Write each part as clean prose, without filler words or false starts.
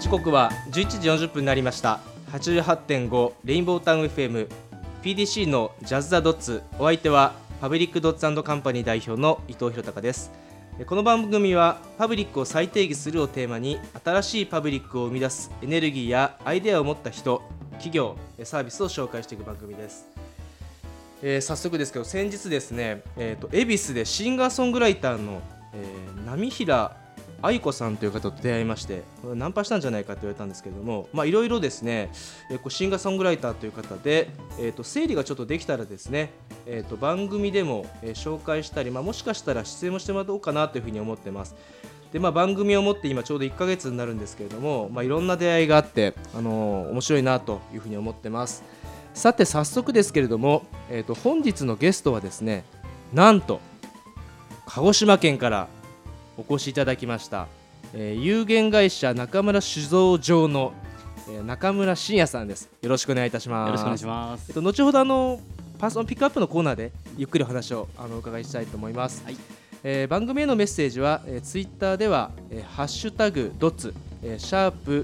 時刻は11時40分になりました。 88.5 レインボータウン FM PDC のジャズ・ザ・ドッツ、お相手はパブリックドッツ&カンパニー代表の伊藤博隆です。この番組はパブリックを再定義するをテーマに、新しいパブリックを生み出すエネルギーやアイデアを持った人、企業、サービスを紹介していく番組です。早速ですけど、先日ですね、恵比寿でシンガーソングライターの、波平愛子さんという方と出会いまして、ナンパしたんじゃないかと言われたんですけれども、いろいろですね、シンガーソングライターという方で、整理がちょっとできたらですね、番組でも、紹介したり、もしかしたら出演もしてもらおうかなというふうに思ってます。で、番組を持って今ちょうど1ヶ月になるんですけれども、いろんな出会いがあって、面白いなというふうに思ってます。さて早速ですけれども、本日のゲストはですね、なんと鹿児島県からお越しいただきました、有限会社中村酒造場の、中村真也さんです。よろしくお願いいたします。 よろしくお願いします。 後ほどパーソナルピックアップのコーナーでゆっくりお話をお伺いしたいと思います。はい。番組へのメッセージは、ツイッターでは、ハッシュタグドッツ、シャープ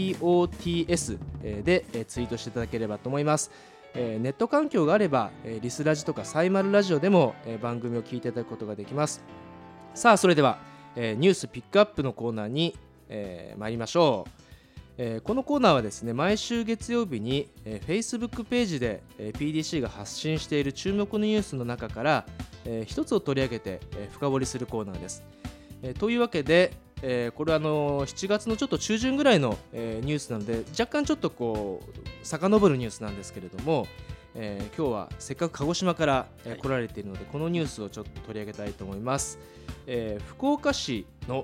DOTS で、ツイートしていただければと思います。ネット環境があれば、リスラジとかサイマルラジオでも、番組を聞いていただくことができます。さあそれでは、ニュースピックアップのコーナーに、参りましょう。このコーナーはですね、毎週月曜日に、Facebook ページで、PDC が発信している注目のニュースの中から、一つを取り上げて、深掘りするコーナーです。というわけで、これは7月のちょっと中旬ぐらいの、ニュースなので、若干ちょっとこう遡るニュースなんですけれども、今日はせっかく鹿児島から、来られているので、このニュースをちょっと取り上げたいと思います。福岡市の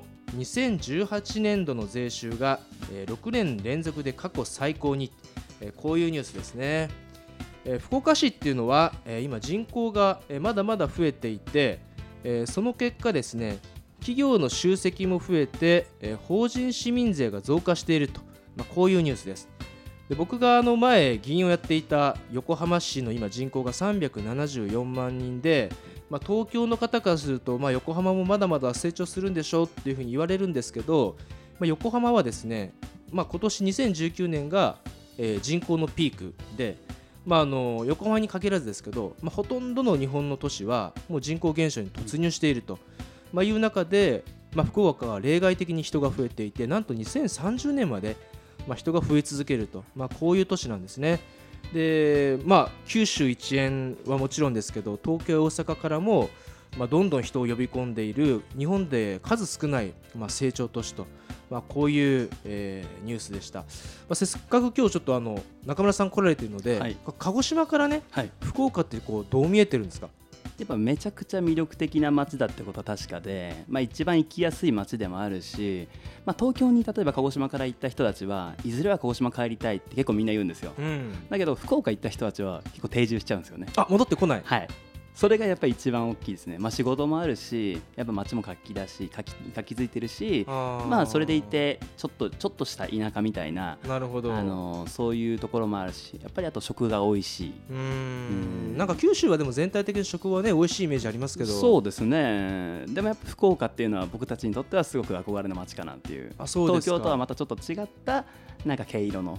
2018年度の税収が、6年連続で過去最高に、こういうニュースですね。福岡市っていうのは、今人口が、まだまだ増えていて、その結果ですね、企業の集積も増えて、法人市民税が増加していると、こういうニュースです。で、僕が前議員をやっていた横浜市の今人口が374万人で、東京の方からすると、横浜もまだまだ成長するんでしょうっていうふうに言われるんですけど、横浜はですね、今年2019年が、人口のピークで、横浜に限らずですけど、ほとんどの日本の都市はもう人口減少に突入していると、いう中で、福岡は例外的に人が増えていて、なんと2030年まで、人が増え続けると、こういう都市なんですね。で、九州一円はもちろんですけど、東京や大阪からも、どんどん人を呼び込んでいる日本で数少ない、成長都市と、こういう、ニュースでした。せっかく今日ちょっと中村さん来られているので、はい、鹿児島からね、はい、福岡ってどう見えてるんですか？ やっぱめちゃくちゃ魅力的な街だってことは確かで、一番行きやすい街でもあるし、東京に例えば鹿児島から行った人たちはいずれは鹿児島帰りたいって結構みんな言うんですよ、だけど福岡行った人たちは結構定住しちゃうんですよね。 戻ってこない。 はい、それがやっぱり一番大きいですね。仕事もあるし、やっぱ街も活気だし、活気づいてるし、それでいてちょっとした田舎みたいな、 なるほど、 そういうところもあるし、やっぱりあと食が美味しい。 なんか九州はでも全体的に食はね美味しいイメージありますけど。 そうですね。でもやっぱ福岡っていうのは僕たちにとってはすごく憧れの街かなっていう。東京とはまたちょっと違ったなんか毛色の。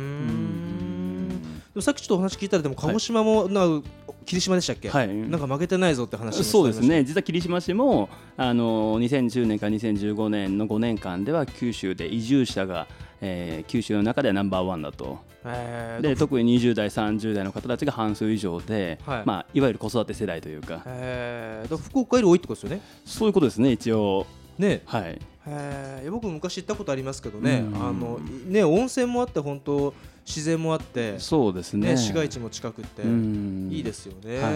さっきちょっとお話聞いたら、でも鹿児島も霧島でしたっけ、はい、なんか負けてないぞって話もしてました。 そうですね。実は霧島市も2010年から2015年の5年間では九州で移住者が、九州の中ではナンバーワンだと。で、特に20代30代の方たちが半数以上で、はい、いわゆる子育て世代というか、 福岡より多いってことですよね。 そういうことですね、一応ね。 はい、 僕昔行ったことありますけどね、温泉もあって、本当自然もあって、 そうですね、 市街地も近くっていいですよね、はい、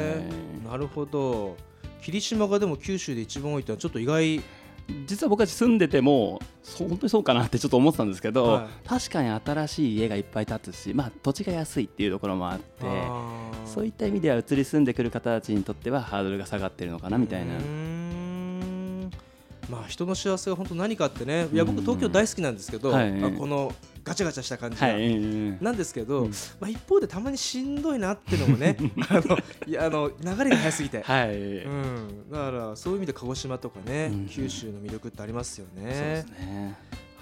なるほど。霧島がでも九州で一番多いってのはちょっと意外。 実は僕たち住んでても本当にそうかなってちょっと思ってたんですけど、確かに新しい家がいっぱい建つし、土地が安いっていうところもあって、そういった意味では移り住んでくる方たちにとってはハードルが下がってるのかなみたいな。 人の幸せが本当何かってね、いや僕東京大好きなんですけど、このガチャガチャした感じが、なんですけど、一方でたまにしんどいなっていうのもね流れが早すぎて、だからそういう意味で鹿児島とかね、九州の魅力ってありますよね。 そうですね。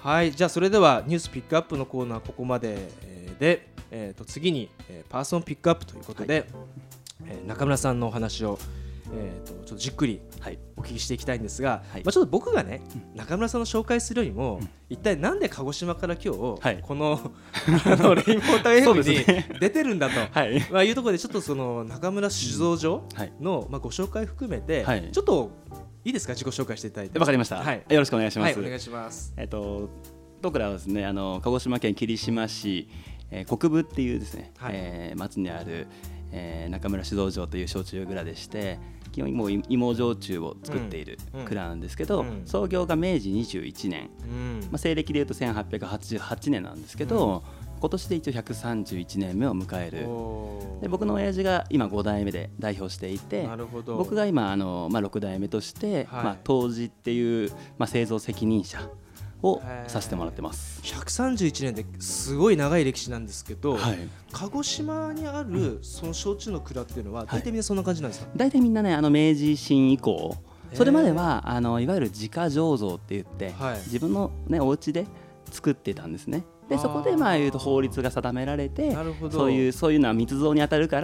はい、じゃあそれではニュースピックアップのコーナーここまでで、次に、パーソンピックアップということで、中村さんのお話を、ちょっとじっくりお聞きしていきたいんですが、ちょっと僕がね、中村さんの紹介するよりも、一体なんで鹿児島から今日、このレインボータウン F に出てるんだと、いうところでちょっとその中村酒造所の、ご紹介含めて、ちょっといいですか、自己紹介していただいて。 わかりました、よろしくお願いします。 お願いします。 僕らはですね、鹿児島県霧島市、国分っていうですね、町にある、中村酒造所という焼酎蔵でして、基本もう芋焼酎を作っている蔵なんですけど、創業が明治21年、西暦でいうと1888年なんですけど、今年で一応131年目を迎える。で僕の親父が今5代目で代表していて、僕が今6代目として、杜氏っていう、製造責任者をさせてもらってます。 131年ですごい長い歴史なんですけど、鹿児島にあるその焼酎の蔵っていうのは大体みんなそんな感じなんですか？ 大体みんなね、明治維新以降、それまではいわゆる自家醸造って言って、自分のねお家で作ってたんですね。でそこでいうと法律が定められて、そういうのは密造に当たるから、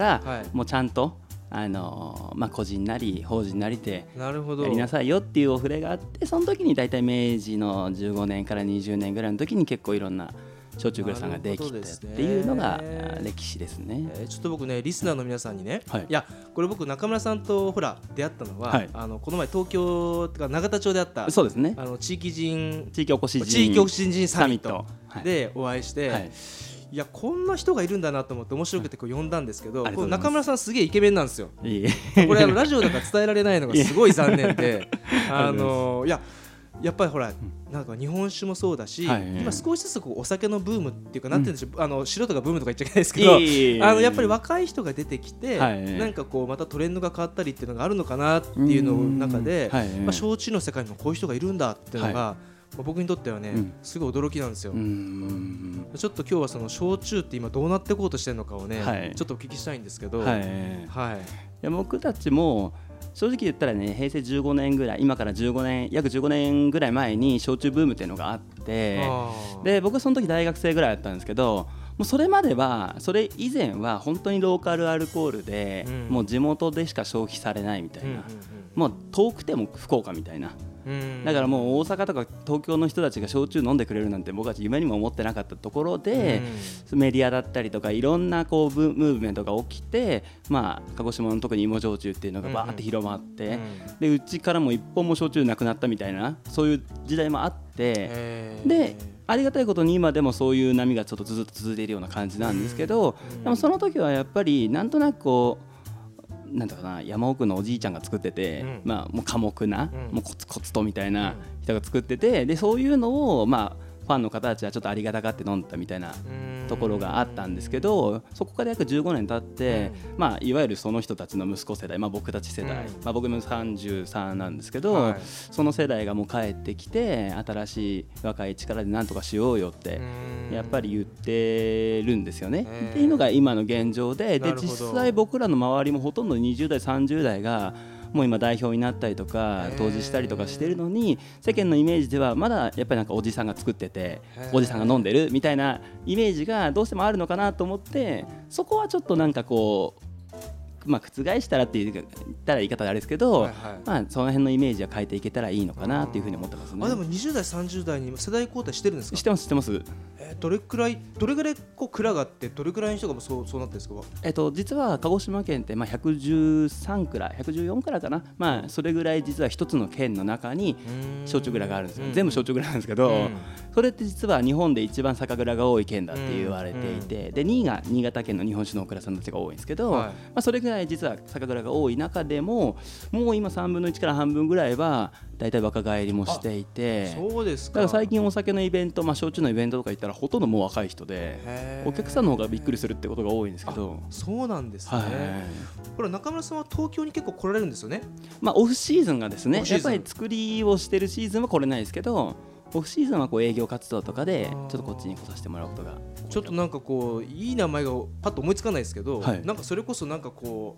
もうちゃんと個人なり法人なりでやりなさいよっていうお触れがあって、その時に大体明治の15年から20年ぐらいの時に結構いろんな焼酎蔵さんができたっていうのが歴史ですね。 ちょっと僕ね、リスナーの皆さんにね、いやこれ僕中村さんとほら出会ったのは、この前東京とか永田町であった、 そうですね、 地域おこし人サミットでお会いして、いやこんな人がいるんだなと思って面白くて呼んだんですけど、この中村さんすげえイケメンなんですよ。これラジオだから伝えられないのがすごい残念でいやっぱりほらなんか日本酒もそうだし、今少しずつお酒のブームっていうか、なんていうんでしょう、素人がブームとか言っちゃいけないですけど、やっぱり若い人が出てきて、なんかこうまたトレンドが変わったりっていうのがあるのかなっていうの中で、焼酎の世界にもこういう人がいるんだっていうのが、僕にとってはね、すごい驚きなんですよ。ちょっと今日はその焼酎って今どうなっていこうとしてるのかをね、ちょっとお聞きしたいんですけど、 僕たちも正直言ったらね、平成15年ぐらい、今から約15年ぐらい前に焼酎ブームっていうのがあって、で僕はその時大学生ぐらいだったんですけど、もうそれまでは、それ以前は本当にローカルアルコールで、もう地元でしか消費されないみたいな、もう遠くても福岡みたいな、だからもう大阪とか東京の人たちが焼酎飲んでくれるなんて僕たち夢にも思ってなかったところで、メディアだったりとかいろんなこうムーブメントが起きて、鹿児島の特に芋焼酎っていうのがバーって広まって、でうちからも一本も焼酎なくなったみたいな、そういう時代もあって、でありがたいことに今でもそういう波がちょっとずっと続いているような感じなんですけど、でもその時はやっぱりなんとなくこうなんだかな、山奥のおじいちゃんが作ってて、もう寡黙な、もうコツコツとみたいな人が作ってて、でそういうのをファンの方たちはちょっとありがたがって飲んだみたいなところがあったんですけど、そこから約15年経って、いわゆるその人たちの息子世代、僕たち世代、僕も33なんですけど、その世代がもう帰ってきて、新しい若い力でなんとかしようよってやっぱり言ってるんですよね。っていうのが今の現状で、実際僕らの周りもほとんど20代30代がもう今代表になったりとか杜氏したりとかしてるのに、世間のイメージではまだやっぱりなんかおじさんが作ってておじさんが飲んでるみたいなイメージがどうしてもあるのかなと思って、そこはちょっとなんかこう覆したらって言ったら言い方があれですけど、その辺のイメージは変えていけたらいいのかなっていうふうに思ってますね。 でも20代30代に世代交代してるんですか？ してますどれくらいこう蔵があって、どれくらいの人がそうなってるんですか？ 実は鹿児島県って113蔵114蔵かな、それぐらい実は一つの県の中に焼酎蔵があるんですよ。全部焼酎蔵なんですけど、それって実は日本で一番酒蔵が多い県だって言われていて、で2位が新潟県の日本酒のお蔵さんたちが多いんですけど、それぐらい実は酒蔵が多い中でも、もう今3分の1から半分ぐらいはだいたい若返りもしていて、 そうですか。 だから最近お酒のイベント、焼酎のイベントとか行ったらほとんどもう若い人で、お客さんの方がびっくりするってことが多いんですけど。 そうなんですね。これ中村さんは東京に結構来られるんですよね。 オフシーズンがですね、やっぱり作りをしてるシーズンは来れないですけど、オフシーズンはこう営業活動とかでちょっとこっちに来させてもらうことが、 ちょっとなんかこういい名前がパッと思いつかないですけど、なんかそれこそなんかこう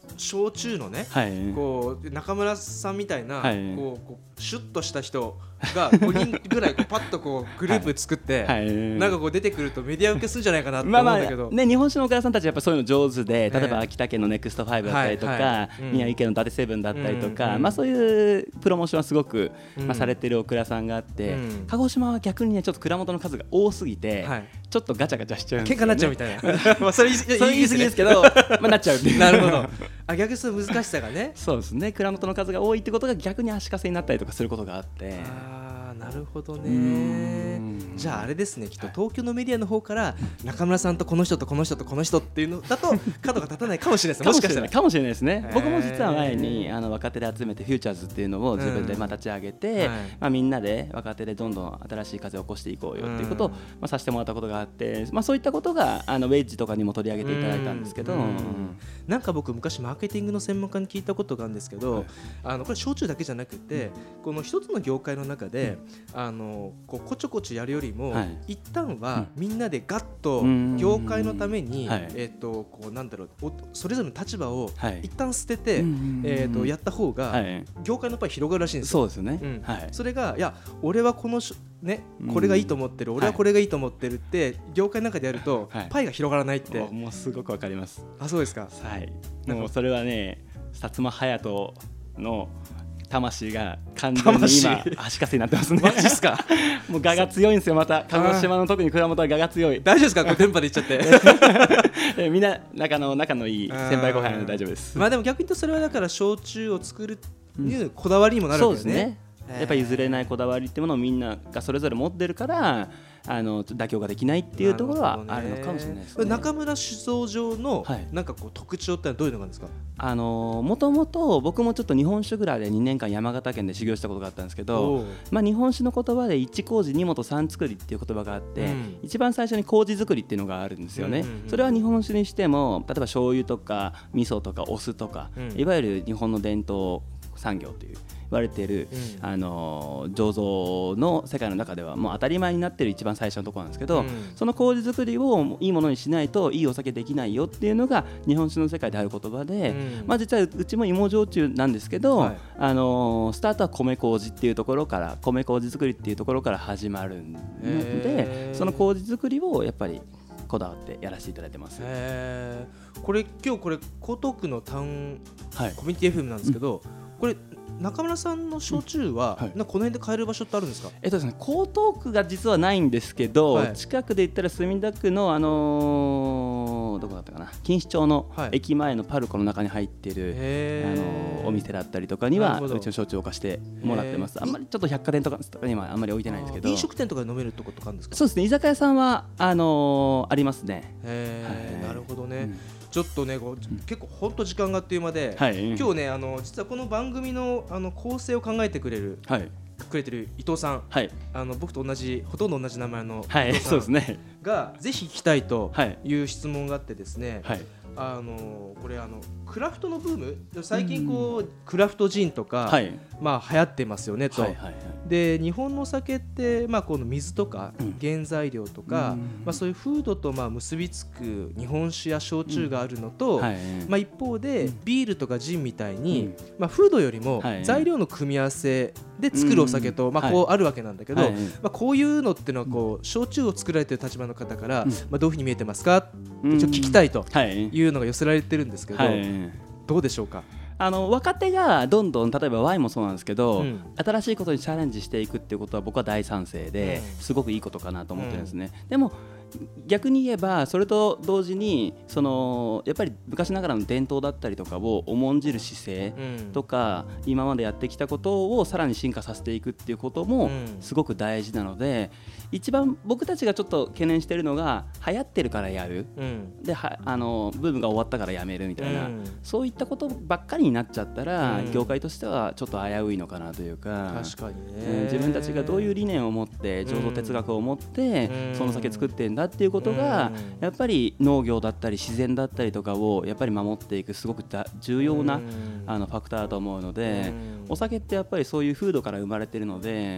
焼酎のね、こう中村さんみたいな、こうシュッとした人が5人ぐらいこうパッとこうグループ作って、なんかこう出てくるとメディア受けするんじゃないかなって思うんだけど、 ね、日本酒のお蔵さんたちやっぱそういうの上手で、例えば秋田県のネクスト5だったりとか、宮城県の伊達セブンだったりとか、そういうプロモーションはすごく、されてるお蔵さんがあって、鹿児島は逆にねちょっと蔵元の数が多すぎて、ちょっとガチャガチャしちゃうんですよね。 喧嘩になっちゃうみたいなそれ言い過ぎですけどなっちゃうっていうなるほど。逆にその難しさがね。 そうですね、蔵元の数が多いってことが逆に足かせになったりとかすることがあって。 なるほどね。じゃああれですね、きっと東京のメディアの方から中村さんとこの人とこの人とこの人っていうのだと角が立たないかもしれないですね。もしかしたらかもしれないですね。僕も実は前に若手で集めてフューチャーズっていうのを自分で立ち上げて、みんなで若手でどんどん新しい風を起こしていこうよっていうことをさせてもらったことがあって、そういったことがウェッジとかにも取り上げていただいたんですけど、 なんか僕昔マーケティングの専門家に聞いたことがあるんですけど、これ焼酎だけじゃなくて、この一つの業界の中でこうこちょこちょやるよりも、一旦はみんなでガッと業界のために、こうなんだろう、それぞれの立場を一旦捨てて、やった方が業界のパイ広がるらしいんですよ。 そうですね。 それがいや俺はこのね、これがいいと思ってる、俺はこれがいいと思ってるって業界の中でやると、パイが広がらないって。 もうすごくわかります。 あ、そうですか。 もうそれはね、薩摩隼人の魂が完全に今足かせになってますね。 マジっすか。 もう我が強いんですよ。また鹿児島の特に蔵元は我が強い。 大丈夫ですか、これ電波で言っちゃってみんな仲のいい先輩後輩なので大丈夫です。 でも逆に言うとそれはだから焼酎を作るっていうこだわりにもなるわけですね。そうですね。 やっぱり譲れないこだわりっていうものをみんながそれぞれ持ってるから、妥協ができないっていうところはあるのかもしれないですね。 中村酒造場のなんかこう特徴ってのはどういうのがあるんですか。 もともと僕もちょっと日本酒蔵で2年間山形県で修行したことがあったんですけど、日本酒の言葉で一麹二元三作りっていう言葉があって、一番最初に麹作りっていうのがあるんですよね。それは日本酒にしても、例えば醤油とか味噌とかお酢とか、いわゆる日本の伝統産業という言われている、醸造の世界の中ではもう当たり前になっている一番最初のところなんですけど、その麹作りをいいものにしないといいお酒できないよっていうのが日本酒の世界である言葉で、実はうちも芋焼酎なんですけど、スタートは米麹っていうところから、米麹作りっていうところから始まるので、その麹作りをやっぱりこだわってやらせていただいてます。 これ今日これ江東区のタウンコミュニティ FM なんですけど、これ中村さんの焼酎は、この辺で買える場所ってあるんですか。 ですね、江東区が実はないんですけど、近くで言ったら墨田区のどこだったかな、錦糸町の駅前のパルコの中に入っている、お店だったりとかにはうちの焼酎を貸してもらってます。あんまりちょっと百貨店とかにはあんまり置いてないんですけど。 飲食店とかで飲めるところとかあるんですか。 そうですね、居酒屋さんはありますね。 なるほどね。ちょっとね、結構本当時間があっという間で、今日ね実はこの番組の構成を考えてくれてる伊藤さん、僕とほとんど同じ名前の伊藤さんがぜひ聞きたいという質問があってですね、これクラフトのブーム、最近クラフトジンとか流行ってますよねと。で日本のお酒ってこの水とか原材料とかそういう風土と結びつく日本酒や焼酎があるのと、一方でビールとかジンみたいに風土よりも材料の組み合わせで作るお酒とこうあるわけなんだけど、こういうのってのは焼酎を作られている立場の方からどういうふうに見えてますかって聞きたいというのが寄せられてるんですけど、どうでしょうか。 若手がどんどん、例えばワインもそうなんですけど、新しいことにチャレンジしていくっていうことは僕は大賛成で、すごくいいことかなと思ってるんですね。でも逆に言えばそれと同時にやっぱり昔ながらの伝統だったりとかを重んじる姿勢とか、今までやってきたことをさらに進化させていくっていうこともすごく大事なので、一番僕たちがちょっと懸念しているのが流行ってるからやる、でブームが終わったからやめるみたいな、そういったことばっかりになっちゃったら、業界としてはちょっと危ういのかなというか、 確かにね、 自分たちがどういう理念を持って醸造哲学を持ってその酒作ってんだっていうことが、やっぱり農業だったり自然だったりとかをやっぱり守っていくすごく重要なファクターだと思うので、お酒ってやっぱりそういう風土から生まれているので、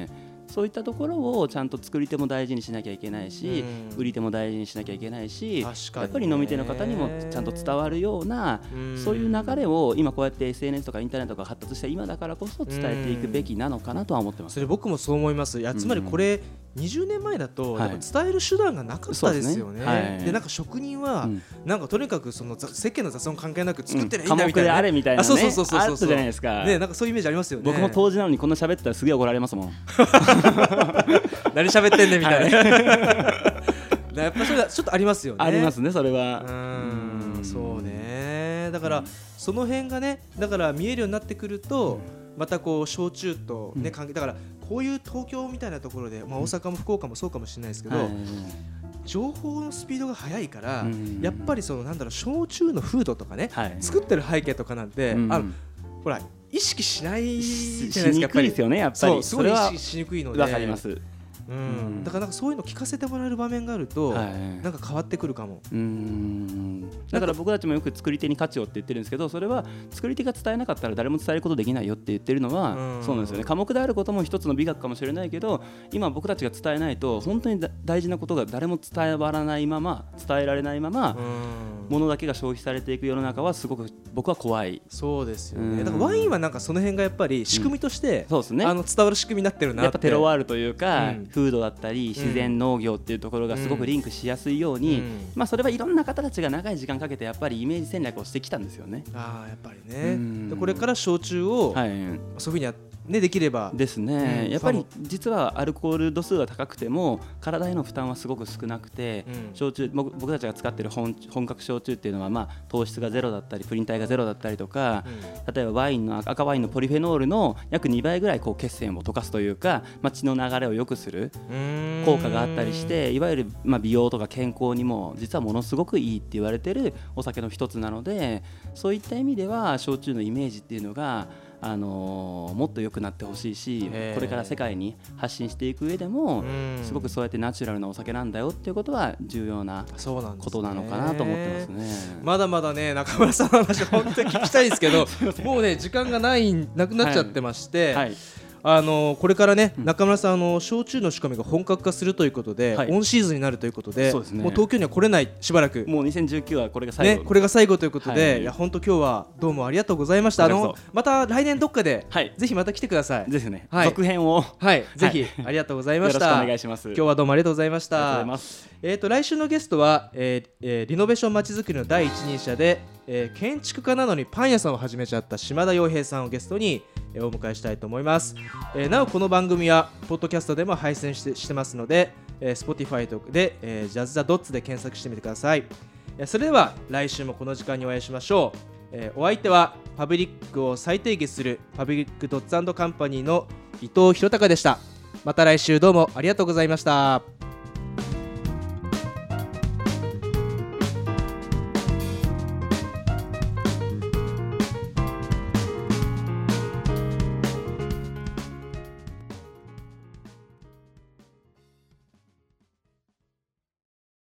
そういったところをちゃんと作り手も大事にしなきゃいけないし、売り手も大事にしなきゃいけないし、やっぱり飲み手の方にもちゃんと伝わるような、そういう流れを今こうやって SNS とかインターネットが発達した今だからこそ伝えていくべきなのかなとは思ってます。 それ僕もそう思います。いやつまりこれ20年前だとやっぱ伝える手段がなかったですよね。でなんか職人はなんかとにかくその世間の雑音関係なく作ってりゃいいんだみたいな、 科目であれみたいなね、 そうそうそうあったじゃないですか。 ね、なんかそういうイメージありますよね。 僕も当時なのにこんな喋ったらすげえ怒られますもん。 何喋ってんねんみたいな。やっぱそれはちょっとありますよね。 ありますね、それは。 そうね。だからその辺がね、だから見えるようになってくると、またこう焼酎とね関係だからこういう東京みたいなところで、まあ大阪も福岡もそうかもしれないですけど、情報のスピードが速いから、やっぱりそのなんだろう焼酎の風土とかね、作ってる背景とかなんてほら意識しないじゃないですか。やっぱりしにくいですよね、やっぱり。 すごい意識しにくいので。 わかります。 だからなんかそういうの聞かせてもらえる場面があると、なんか変わってくるかも。 だから僕たちもよく作り手に価値をって言ってるんですけど、それは作り手が伝えなかったら誰も伝えることできないよって言ってるのはそうなんですよね。科目であることも一つの美学かもしれないけど、今僕たちが伝えないと本当に大事なことが誰も伝わらないまま、伝えられないまま物だけが消費されていく世の中はすごく僕は怖い。 そうですよね。だからワインはなんかその辺がやっぱり仕組みとしてそうですね、 伝わる仕組みになってるなって。 やっぱテロワールというか、風土だったり自然農業っていうところがすごくリンクしやすいように、まあそれはいろんな方たちが長い時間かけてやっぱりイメージ戦略をしてきたんですよね。 やっぱりね。でこれから焼酎をそういうふうにねできればですね。やっぱり実はアルコール度数が高くても体への負担はすごく少なくて、焼酎僕たちが使っている本格焼酎っていうのはまあ糖質がゼロだったりプリン体がゼロだったりとか、例えばワインの赤ワインのポリフェノールの約2倍ぐらいこう血栓を溶かすというか、血の流れを良くする効果があったりして、いわゆる美容とか健康にも実はものすごくいいって言われてるお酒の一つなので、そういった意味では焼酎のイメージっていうのがもっと良くなってほしいし、これから世界に発信していく上でもすごくそうやってナチュラルなお酒なんだよっていうことは重要なことなのかなと思ってますね。 まだまだね中村さんの話本当に聞きたいんですけどもうね時間がなくなっちゃってまして、これからね、中村さん焼酎の仕込みが本格化するということで、オンシーズンになるということで、もう東京には来れないしばらくもう2019はこれが最後、 ね、これが最後ということで、いや本当今日はどうもありがとうございました。また来年どっかで、ぜひまた来てください。 ですね、続編をぜひありがとうございました。 よろしくお願いします。 今日はどうもありがとうございました。来週のゲストは、リノベーションまちづくりの第一人者で、建築家なのにパン屋さんを始めちゃった島田洋平さんをゲストにお迎えしたいと思います。なおこの番組はポッドキャストでも配信してますので、Spotify で、ジャズ・ザ・ドッツで検索してみてください。それでは来週もこの時間にお会いしましょう。お相手はパブリックを再定義するパブリックドッツ&カンパニーの伊藤博隆でした。また来週どうもありがとうございました。